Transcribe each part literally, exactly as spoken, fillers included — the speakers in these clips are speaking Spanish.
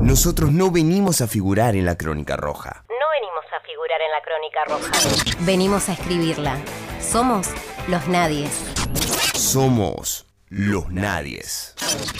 Nosotros no venimos a figurar en la Crónica Roja. No venimos a figurar en la Crónica Roja. Venimos a escribirla. Somos los nadies. Somos los nadies.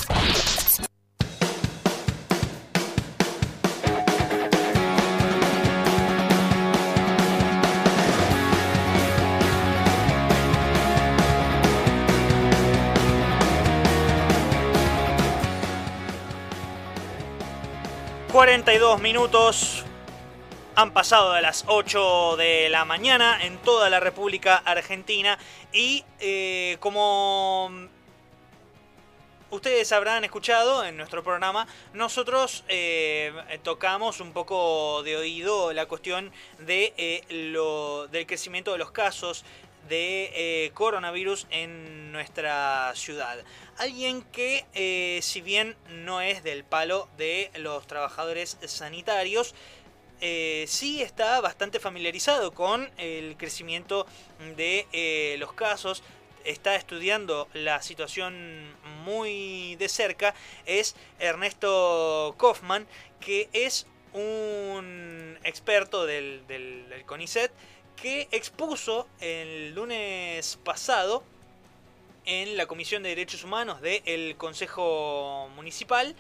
cuarenta y dos minutos han pasado de las ocho de la mañana en toda la República Argentina y eh, como ustedes habrán escuchado en nuestro programa, nosotros eh, tocamos un poco de oído la cuestión de, eh, lo, del crecimiento de los casos de eh, coronavirus en nuestra ciudad. Alguien que, eh, si bien no es del palo de los trabajadores sanitarios, eh, sí está bastante familiarizado con el crecimiento de eh, los casos, está estudiando la situación muy de cerca, es Ernesto Kaufmann, que es un experto del, del, del CONICET, que expuso el lunes pasado en la Comisión de Derechos Humanos del Consejo Municipal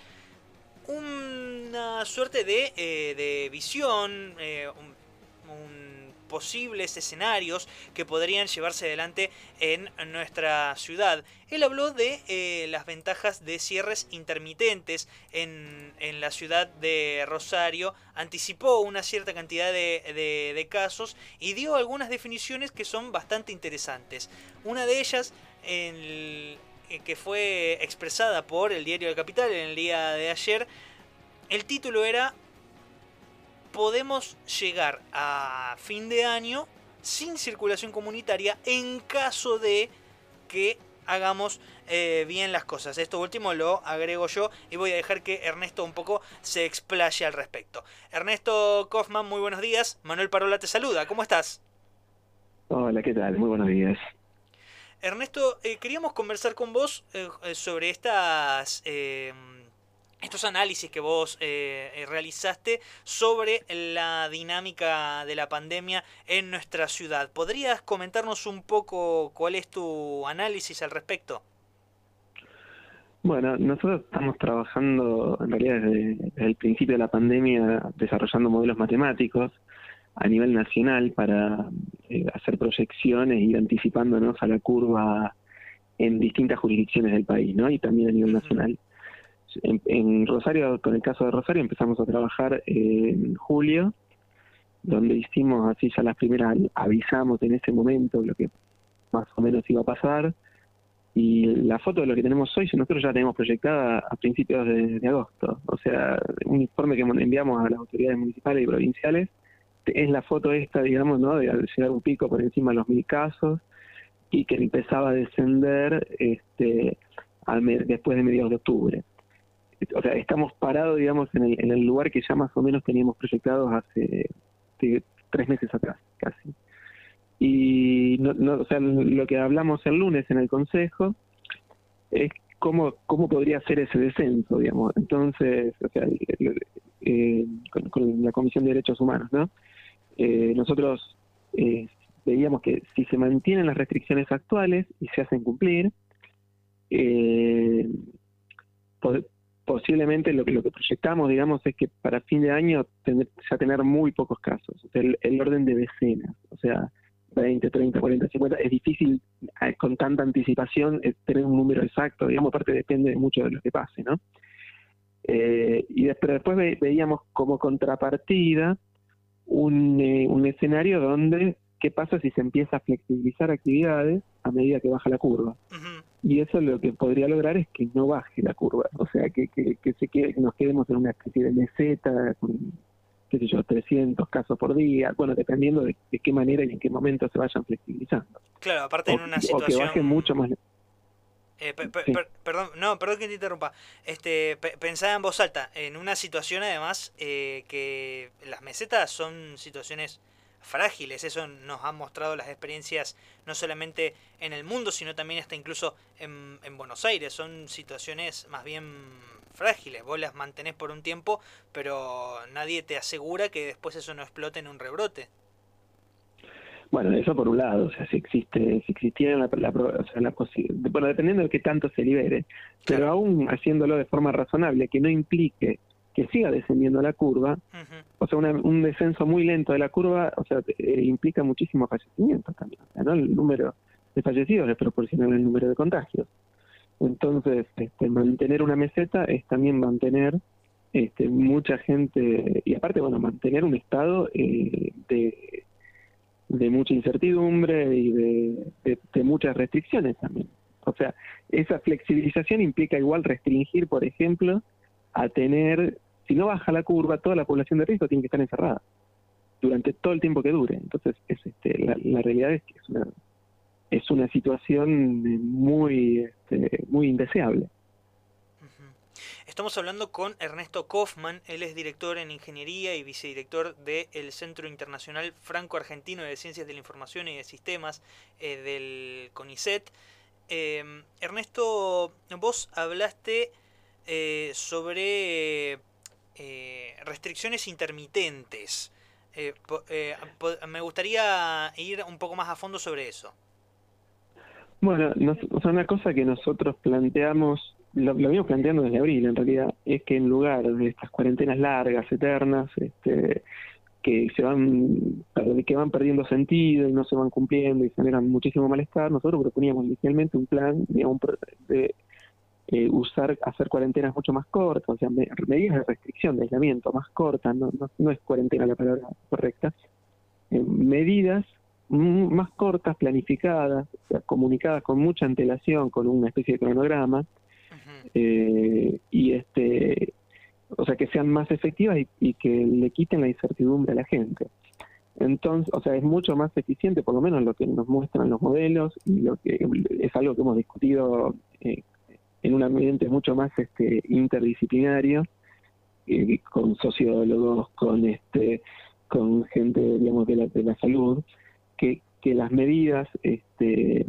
una suerte de, eh, de visión, eh, un, un posibles escenarios que podrían llevarse adelante en nuestra ciudad. Él habló de eh, las ventajas de cierres intermitentes en, en la ciudad de Rosario, anticipó una cierta cantidad de, de, de casos y dio algunas definiciones que son bastante interesantes. Una de ellas, el, que fue expresada por el Diario de la Capital en el día de ayer, el título era: podemos llegar a fin de año sin circulación comunitaria en caso de que hagamos eh, bien las cosas. Esto último lo agrego yo y voy a dejar que Ernesto un poco se explaye al respecto. Ernesto Kaufmann, muy buenos días. Manuel Parola te saluda. ¿Cómo estás? Hola, ¿qué tal? Muy buenos días. Ernesto, eh, queríamos conversar con vos eh, sobre estas... Eh, estos análisis que vos eh, realizaste sobre la dinámica de la pandemia en nuestra ciudad. ¿Podrías comentarnos un poco cuál es tu análisis al respecto? Bueno, nosotros estamos trabajando en realidad desde, desde el principio de la pandemia desarrollando modelos matemáticos a nivel nacional para eh, hacer proyecciones e ir anticipándonos a la curva en distintas jurisdicciones del país, ¿no? Y también a nivel uh-huh. nacional. En, en Rosario, con el caso de Rosario, empezamos a trabajar en julio, donde hicimos así ya las primeras, avisamos en ese momento lo que más o menos iba a pasar, y la foto de lo que tenemos hoy, nosotros ya tenemos proyectada a principios de, de agosto, o sea, un informe que enviamos a las autoridades municipales y provinciales, es la foto esta, digamos, ¿no?, de llegar un pico por encima de los mil casos, y que empezaba a descender este, al mes, después de mediados de octubre. O sea, estamos parados, digamos, en el, en el lugar que ya más o menos teníamos proyectados hace, hace tres meses atrás, casi. Y no, no, o sea, lo que hablamos el lunes en el Consejo es cómo, cómo podría ser ese descenso, digamos. Entonces, o sea, eh, con, con la Comisión de Derechos Humanos, ¿no? Eh, nosotros eh, veíamos que si se mantienen las restricciones actuales y se hacen cumplir, eh, pod- posiblemente lo que, lo que proyectamos, digamos, es que para fin de año tener, ya tener muy pocos casos, o sea, el, el orden de decenas, o sea, veinte, treinta, cuarenta, cincuenta, es difícil eh, con tanta anticipación eh, tener un número exacto, digamos, aparte depende mucho de lo que pase, ¿no? Eh, y después, después ve, veíamos como contrapartida un, eh, un escenario donde, ¿qué pasa si se empieza a flexibilizar actividades a medida que baja la curva? Uh-huh. Y eso lo que podría lograr es que no baje la curva, o sea, que, que, que, se quede, que nos quedemos en una especie de meseta con, qué sé yo, trescientos casos por día, bueno, dependiendo de, de qué manera y en qué momento se vayan flexibilizando. Claro, aparte o, en una situación... O que baje mucho más... Eh, per, per, sí. per, perdón, no, perdón que te interrumpa. Este, pe, pensaba en voz alta, en una situación además eh, que las mesetas son situaciones frágiles, eso nos han mostrado las experiencias no solamente en el mundo, sino también hasta incluso en, en Buenos Aires, son situaciones más bien frágiles. Vos las mantenés por un tiempo, pero nadie te asegura que después eso no explote en un rebrote. Bueno, eso por un lado, o sea, si existe, si existiera la, la, o sea, la posibilidad, bueno, dependiendo de qué tanto se libere, pero Claro. aún haciéndolo de forma razonable, que no implique que siga descendiendo la curva, Ujú. o sea, una, un descenso muy lento de la curva, o sea, eh, implica muchísimos fallecimientos también, o sea, ¿no? El número de fallecidos es proporcional al número de contagios. Entonces, este, mantener una meseta es también mantener este, mucha gente, y aparte, bueno, mantener un estado eh, de de mucha incertidumbre y de, de, de muchas restricciones también. O sea, esa flexibilización implica igual restringir, por ejemplo, a tener, si no baja la curva, toda la población de riesgo tiene que estar encerrada durante todo el tiempo que dure. Entonces, es, este, la, la realidad es que es una, es una situación muy, este, muy indeseable. Estamos hablando con Ernesto Kaufmann, él es director en Ingeniería y vicedirector del Centro Internacional Franco-Argentino de Ciencias de la Información y de Sistemas eh, del CONICET. Eh, Ernesto, vos hablaste eh, sobre eh, restricciones intermitentes. Eh, po, eh, po, me gustaría ir un poco más a fondo sobre eso. Bueno, nos, o sea, una cosa que nosotros planteamos, lo, lo venimos planteando desde abril en realidad, es que en lugar de estas cuarentenas largas, eternas, este, que se van que van perdiendo sentido y no se van cumpliendo y generan muchísimo malestar, nosotros proponíamos inicialmente un plan, digamos, de eh, usar, hacer cuarentenas mucho más cortas, o sea, me, medidas de restricción, de aislamiento más cortas, no, no, no es cuarentena la palabra correcta, eh, medidas más cortas, planificadas, o sea, comunicadas con mucha antelación, con una especie de cronograma, uh-huh. eh, y este, o sea, que sean más efectivas y, y que le quiten la incertidumbre a la gente. Entonces, o sea, es mucho más eficiente, por lo menos lo que nos muestran los modelos, y lo que es algo que hemos discutido eh, en un ambiente mucho más este interdisciplinario, eh, con sociólogos, con este, con gente, digamos, de la, de la salud, que, que las medidas, este,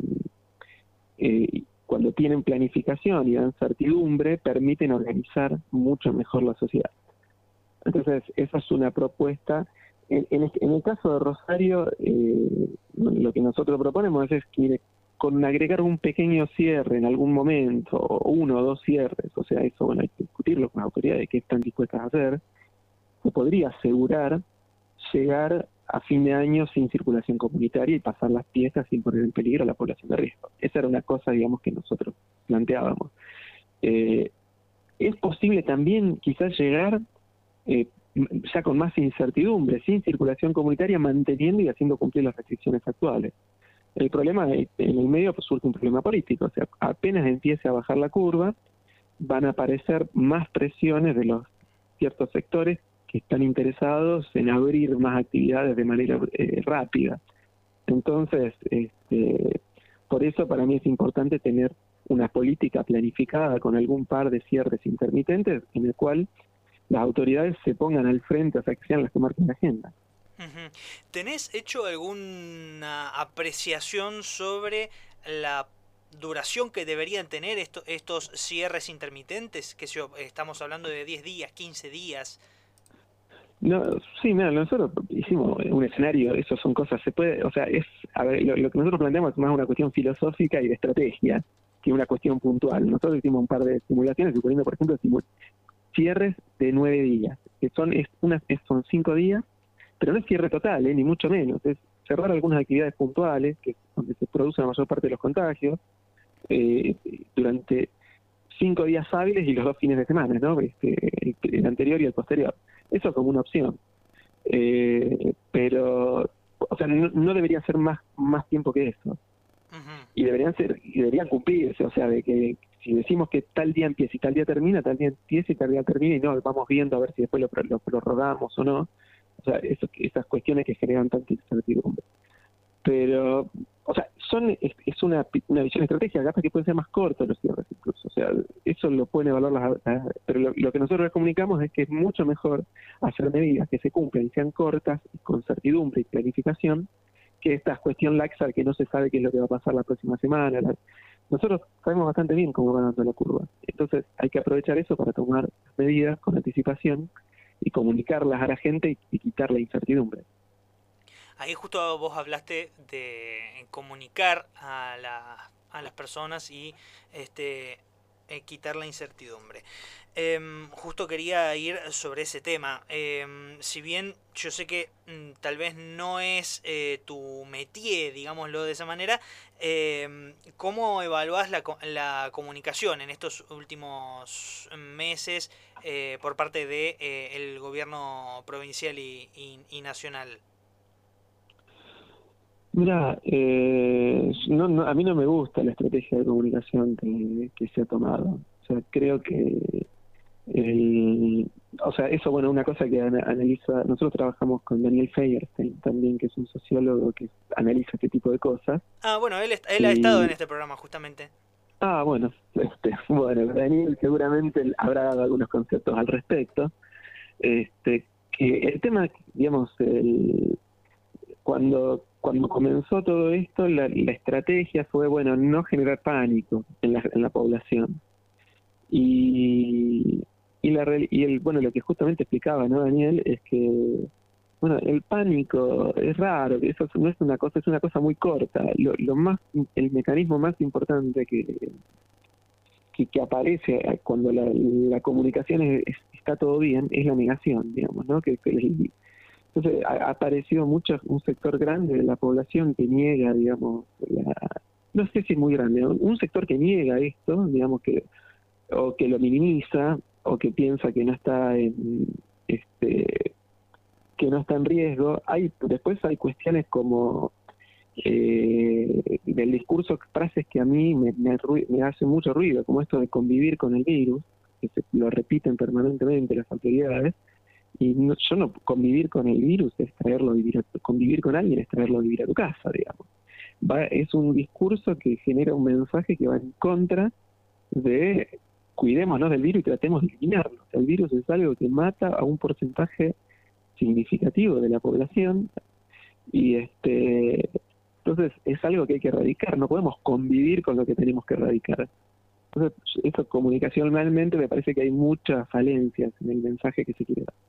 eh, cuando tienen planificación y dan certidumbre, permiten organizar mucho mejor la sociedad. Entonces, esa es una propuesta. En, en, este, en el caso de Rosario, eh, lo que nosotros proponemos es que con agregar un pequeño cierre en algún momento, o uno o dos cierres, o sea, eso, bueno, hay que discutirlo con las autoridades qué están dispuestas a hacer, se podría asegurar llegar a fin de año sin circulación comunitaria y pasar las fiestas sin poner en peligro a la población de riesgo. Esa era una cosa, digamos, que nosotros planteábamos. Eh, es posible también quizás llegar eh, ya con más incertidumbre, sin circulación comunitaria, manteniendo y haciendo cumplir las restricciones actuales. El problema es, en el medio pues, surge un problema político, o sea, apenas empiece a bajar la curva, van a aparecer más presiones de los ciertos sectores que están interesados en abrir más actividades de manera eh, rápida. Entonces, este, por eso para mí es importante tener una política planificada con algún par de cierres intermitentes en el cual las autoridades se pongan al frente, o sea, que sean las que marquen la agenda. Uh-huh. ¿Tenés hecho alguna apreciación sobre la duración que deberían tener esto, estos cierres intermitentes? Que si estamos hablando de diez días, quince días... No, sí, mira, nosotros hicimos un escenario, eso son cosas, se puede, o sea, es, a ver, lo, lo que nosotros planteamos es más una cuestión filosófica y de estrategia que una cuestión puntual. Nosotros hicimos un par de simulaciones, suponiendo, por ejemplo, cierres de nueve días, que son, es una, es, son cinco días, pero no es cierre total, eh, ni mucho menos, es cerrar algunas actividades puntuales, que es donde se produce la mayor parte de los contagios, eh, durante cinco días hábiles y los dos fines de semana, ¿no? Este, el, el anterior y el posterior. Eso como una opción. Eh, pero, o sea, no, no debería ser más más tiempo que eso. Uh-huh. Y deberían ser y deberían cumplirse, o sea, de que si decimos que tal día empieza y tal día termina, tal día empieza y tal día termina, y no, vamos viendo a ver si después lo, lo, lo rodamos o no. O sea, eso, esas cuestiones que generan tanta incertidumbre. Pero, o sea, son es, es una, una visión estratégica, capaz que pueden ser más cortos los cierres incluso, o sea, eso lo pueden evaluar las, las pero lo, lo que nosotros les comunicamos es que es mucho mejor hacer medidas que se cumplan y sean cortas, y con certidumbre y planificación, que esta cuestión laxa que no se sabe qué es lo que va a pasar la próxima semana, la, nosotros sabemos bastante bien cómo va dando la curva. Entonces hay que aprovechar eso para tomar medidas con anticipación y comunicarlas a la gente y, y quitar la incertidumbre. Ahí justo vos hablaste de comunicar a, la, a las personas y este eh, quitar la incertidumbre. Eh, justo quería ir sobre ese tema. Eh, si bien yo sé que mm, tal vez no es eh, tu métier, digámoslo de esa manera, eh, ¿cómo evaluás la, la comunicación en estos últimos meses eh, por parte de eh, el gobierno provincial y, y, y nacional? Mira, eh, no, no, a mí no me gusta la estrategia de comunicación que, que se ha tomado. O sea, creo que el, o sea, eso, bueno, una cosa que analiza, nosotros trabajamos con Daniel Feierstein también, que es un sociólogo que analiza este tipo de cosas. Ah, bueno, él, él y, ha estado en este programa justamente. Ah, bueno, este, bueno, Daniel seguramente habrá dado algunos conceptos al respecto. Este, que el tema, digamos, el, cuando Cuando comenzó todo esto, la, la estrategia fue, bueno, no generar pánico en la, en la población. Y, y, la, y el, bueno, lo que justamente explicaba, ¿no, Daniel? Es que, bueno, el pánico es raro, eso no es una cosa, es una cosa muy corta. Lo, lo más, el mecanismo más importante que, que, que aparece cuando la, la comunicación es, es, está todo bien es la negación, digamos, ¿no? Que, que el, Entonces ha aparecido mucho, un sector grande de la población que niega, digamos, la, no sé si es muy grande, un sector que niega esto, digamos, que o que lo minimiza, o que piensa que no está en, este, que no está en riesgo. Hay después hay cuestiones como eh, del discurso, frases que a mí me, me, me hacen mucho ruido, como esto de convivir con el virus, que se lo repiten permanentemente las autoridades. Y no, yo no, convivir con el virus es traerlo a vivir, a, convivir con alguien es traerlo a vivir a tu casa, digamos. Va, es un discurso que genera un mensaje que va en contra de cuidémonos del virus y tratemos de eliminarlo. O sea, el virus es algo que mata a un porcentaje significativo de la población y este entonces es algo que hay que erradicar, no podemos convivir con lo que tenemos que erradicar. Entonces, eso comunicacionalmente me parece que hay muchas falencias en el mensaje que se quiere dar.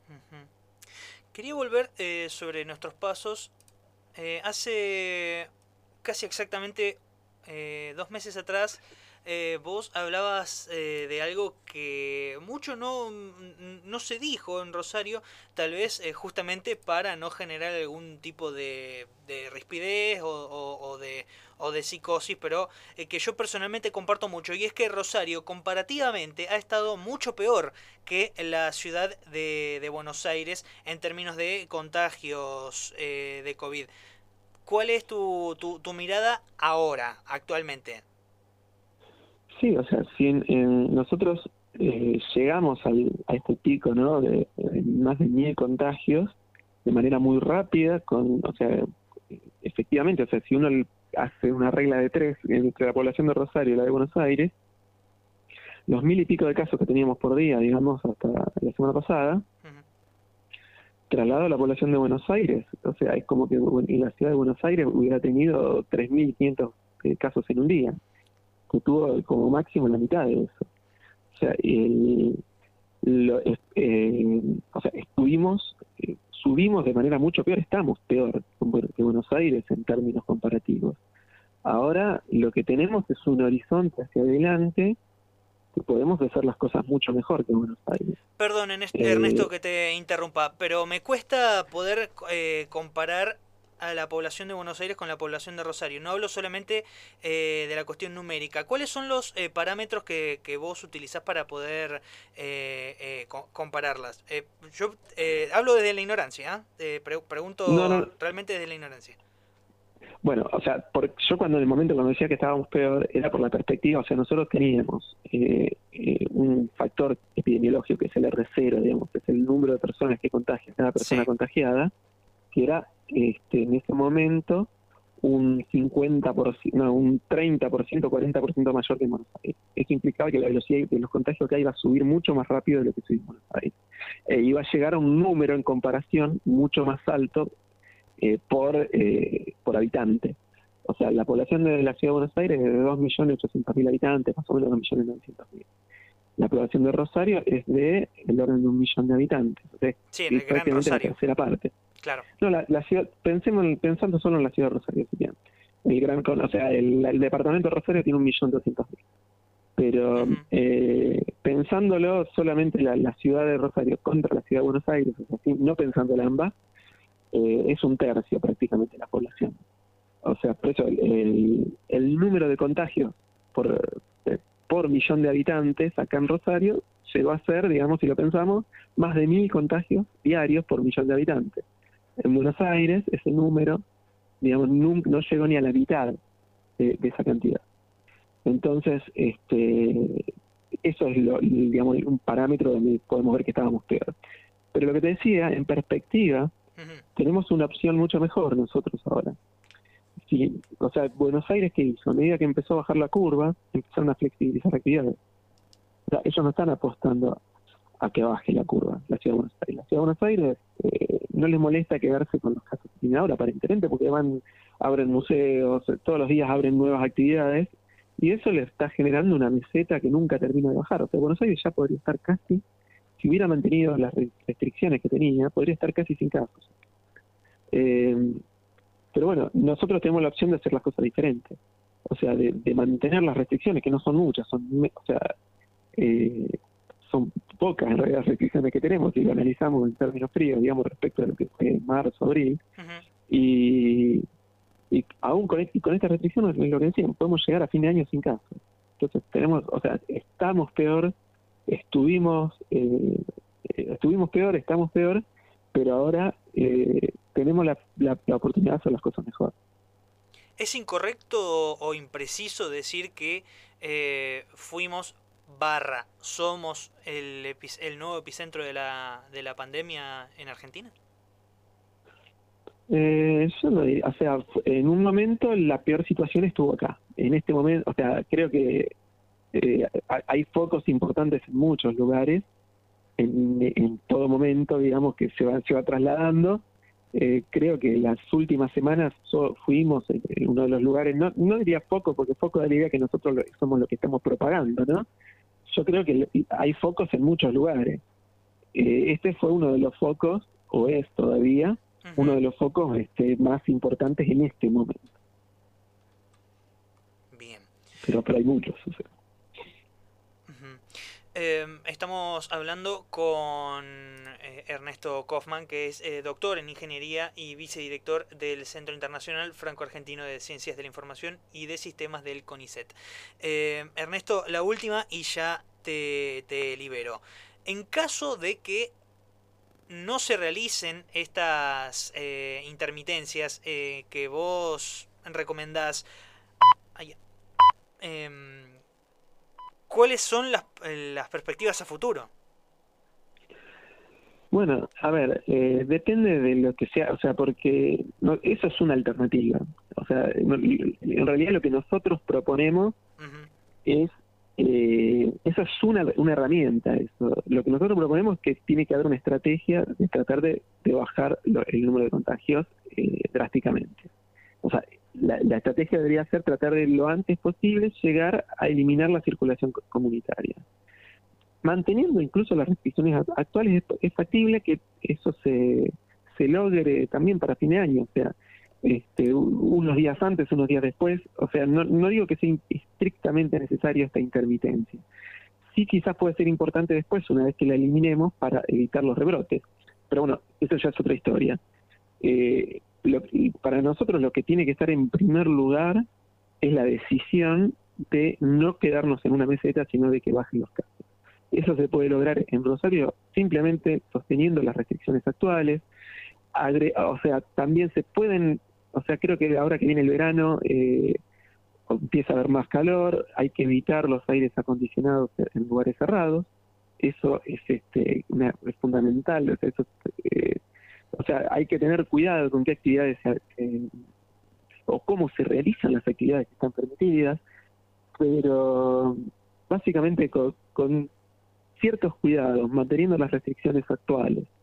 Quería volver eh, sobre nuestros pasos. Eh, hace casi exactamente eh, dos meses atrás eh, vos hablabas eh, de algo que mucho no, no se dijo en Rosario, tal vez eh, justamente para no generar algún tipo de, de rispidez o, o, o, de, o de psicosis, pero eh, que yo personalmente comparto mucho, y es que Rosario comparativamente ha estado mucho peor que la ciudad de, de Buenos Aires en términos de contagios eh, de COVID. ¿Cuál es tu, tu, tu mirada ahora, actualmente? Sí, o sea, si en, en nosotros eh, llegamos al, a este pico, ¿no?, de, de más de mil contagios de manera muy rápida, con, o sea, efectivamente, o sea, si uno hace una regla de tres entre la población de Rosario y la de Buenos Aires, los mil y pico de casos que teníamos por día, digamos, hasta la semana pasada, uh-huh. trasladado a la población de Buenos Aires, o sea, es como que en la ciudad de Buenos Aires hubiera tenido tres mil quinientos casos en un día, que tuvo como máximo la mitad de eso. O sea, el, lo, eh, o sea estuvimos, eh, subimos de manera mucho peor, estamos peor que Buenos Aires en términos comparativos. Ahora lo que tenemos es un horizonte hacia adelante que podemos hacer las cosas mucho mejor que Buenos Aires. Perdón, Ernesto, eh, que te interrumpa, pero me cuesta poder eh, comparar a la población de Buenos Aires con la población de Rosario. No hablo solamente eh, de la cuestión numérica. ¿Cuáles son los eh, parámetros que, que vos utilizás para poder eh, eh, co compararlas? Eh, yo eh, hablo desde la ignorancia, ¿eh? Pre pregunto no, no. realmente desde la ignorancia. Bueno, o sea, por, yo cuando en el momento cuando decía que estábamos peor, era por la perspectiva, o sea, nosotros teníamos eh, eh, un factor epidemiológico que es el R cero, digamos, que es el número de personas que contagian cada persona sí. contagiada, que era este, en ese momento un cincuenta por ciento, no, un treinta por ciento, cuarenta por ciento mayor que en Buenos Aires. Eso implicaba que la velocidad de los contagios acá iba a subir mucho más rápido de lo que subía en Buenos Aires. Eh, iba a llegar a un número en comparación mucho más alto eh, por, eh, por habitante. O sea, la población de la Ciudad de Buenos Aires es de dos millones ochocientos mil habitantes, más o menos dos millones novecientos mil. La población de Rosario es de el orden de un millón de habitantes. O sea, sí, en el Gran Rosario. La tercera parte. Claro. No, la, la ciudad, pensemos, pensando solo en la Ciudad de Rosario, si bien. El gran, o sea, el, el departamento de Rosario tiene un millón doscientos mil. Pero uh-huh. eh, pensándolo solamente la, la ciudad de Rosario contra la ciudad de Buenos Aires, o sea, sí, no pensando en ambas, eh, es un tercio prácticamente de la población. O sea, por eso el, el, el número de contagios por, por millón de habitantes acá en Rosario llegó a ser, digamos, si lo pensamos, más de mil contagios diarios por millón de habitantes. En Buenos Aires ese número, digamos, no, no llegó ni a la mitad de, de esa cantidad. Entonces, este, eso es lo, digamos, un parámetro donde podemos ver que estábamos peor. Pero lo que te decía, en perspectiva, uh-huh. tenemos una opción mucho mejor nosotros ahora. Sí, o sea, Buenos Aires, ¿qué hizo? A medida que empezó a bajar la curva, empezaron a flexibilizar actividades. O sea, ellos no están apostando a que baje la curva, la Ciudad de Buenos Aires. La Ciudad de Buenos Aires eh, no les molesta quedarse con los casos que tienen ahora, aparentemente, porque van, abren museos, todos los días abren nuevas actividades, y eso le está generando una meseta que nunca termina de bajar. O sea, Buenos Aires ya podría estar casi, si hubiera mantenido las restricciones que tenía, podría estar casi sin casos. Eh, pero bueno, nosotros tenemos la opción de hacer las cosas diferentes. O sea, de, de mantener las restricciones, que no son muchas, son, o sea, eh, son pocas en realidad las restricciones que tenemos, si lo analizamos en términos fríos, digamos, respecto a lo que fue marzo, abril. Uh-huh. Y... Y aún con, y con esta restricción, lo que decíamos, podemos llegar a fin de año sin casos. Entonces tenemos, o sea, estamos peor, estuvimos, eh, estuvimos peor, estamos peor, pero ahora eh, tenemos la, la, la oportunidad de hacer las cosas mejor. ¿Es incorrecto o impreciso decir que eh, fuimos barra, somos el, epi- el nuevo epicentro de la, de la pandemia en Argentina? Eh, yo no diría, o sea, en un momento la peor situación estuvo acá. En este momento, o sea, creo que eh, hay focos importantes en muchos lugares, en, en todo momento, digamos, que se va, se va trasladando. Eh, creo que las últimas semanas so, fuimos en, en uno de los lugares, no, no diría foco, porque foco da la idea que nosotros lo, somos los que estamos propagando, ¿no? Yo creo que hay focos en muchos lugares. Eh, este fue uno de los focos, o es todavía, uno de los focos este, más importantes en este momento. Bien. Pero, pero hay muchos. O sea. Uh-huh. eh, estamos hablando con eh, Ernesto Kaufmann, que es eh, doctor en Ingeniería y vicedirector del Centro Internacional Franco-Argentino de Ciencias de la Información y de Sistemas del CONICET. Eh, Ernesto, la última y ya te, te libero. En caso de que no se realicen estas eh, intermitencias eh, que vos recomendás, eh, ¿cuáles son las, las perspectivas a futuro? Bueno, a ver, eh, depende de lo que sea, o sea, porque no, eso es una alternativa. O sea, no, en realidad lo que nosotros proponemos uh-huh. es Eh, esa es una, una herramienta. Eso. Lo que nosotros proponemos es que tiene que haber una estrategia de tratar de, de bajar lo, el número de contagios eh, drásticamente. O sea, la, la estrategia debería ser tratar de lo antes posible llegar a eliminar la circulación comunitaria. Manteniendo incluso las restricciones actuales, es, es factible que eso se, se logre también para fin de año. O sea, Este, unos días antes, unos días después, o sea, no, no digo que sea estrictamente necesario esta intermitencia. Sí, quizás puede ser importante después, una vez que la eliminemos, para evitar los rebrotes. Pero bueno, eso ya es otra historia. Eh, lo, para nosotros lo que tiene que estar en primer lugar es la decisión de no quedarnos en una meseta, sino de que bajen los casos. Eso se puede lograr en Rosario simplemente sosteniendo las restricciones actuales. Agre- o sea, también se pueden... O sea, creo que ahora que viene el verano eh, empieza a haber más calor, hay que evitar los aires acondicionados en lugares cerrados. Eso es este una, es fundamental. O sea, eso, eh, o sea, hay que tener cuidado con qué actividades se, eh, o cómo se realizan las actividades que están permitidas, pero básicamente con, con ciertos cuidados, manteniendo las restricciones actuales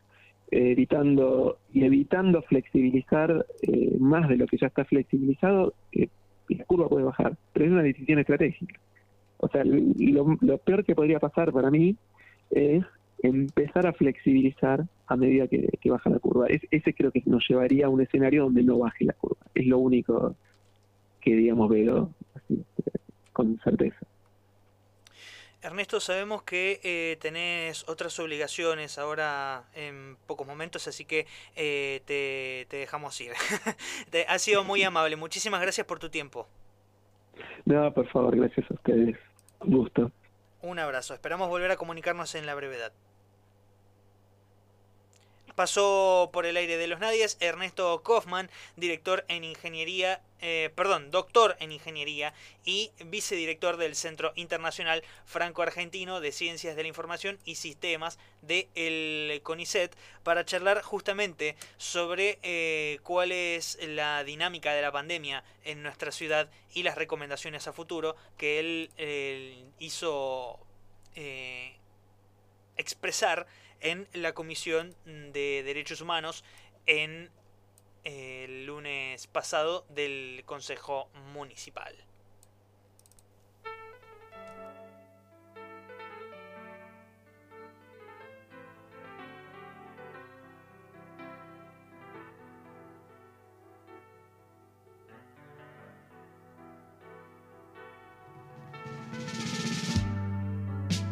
eh, evitando y evitando flexibilizar eh, más de lo que ya está flexibilizado, eh, la curva puede bajar, pero es una decisión estratégica. O sea, lo, lo peor que podría pasar para mí es empezar a flexibilizar a medida que, que baja la curva. Es, ese creo que nos llevaría a un escenario donde no baje la curva. Es lo único que, digamos, veo así, con certeza. Ernesto, sabemos que eh, tenés otras obligaciones ahora en pocos momentos, así que eh, te, te dejamos ir. te, has sido muy amable. Muchísimas gracias por tu tiempo. No, por favor, gracias a ustedes. Un gusto. Un abrazo. Esperamos volver a comunicarnos en la brevedad. Pasó por el aire de los nadies Ernesto Kaufmann, director en ingeniería, eh, perdón, doctor en ingeniería y vicedirector del Centro Internacional Franco-Argentino de Ciencias de la Información y Sistemas del CONICET, para charlar justamente sobre eh, cuál es la dinámica de la pandemia en nuestra ciudad y las recomendaciones a futuro que él eh, hizo eh, expresar en la Comisión de Derechos Humanos en el lunes pasado del Consejo Municipal.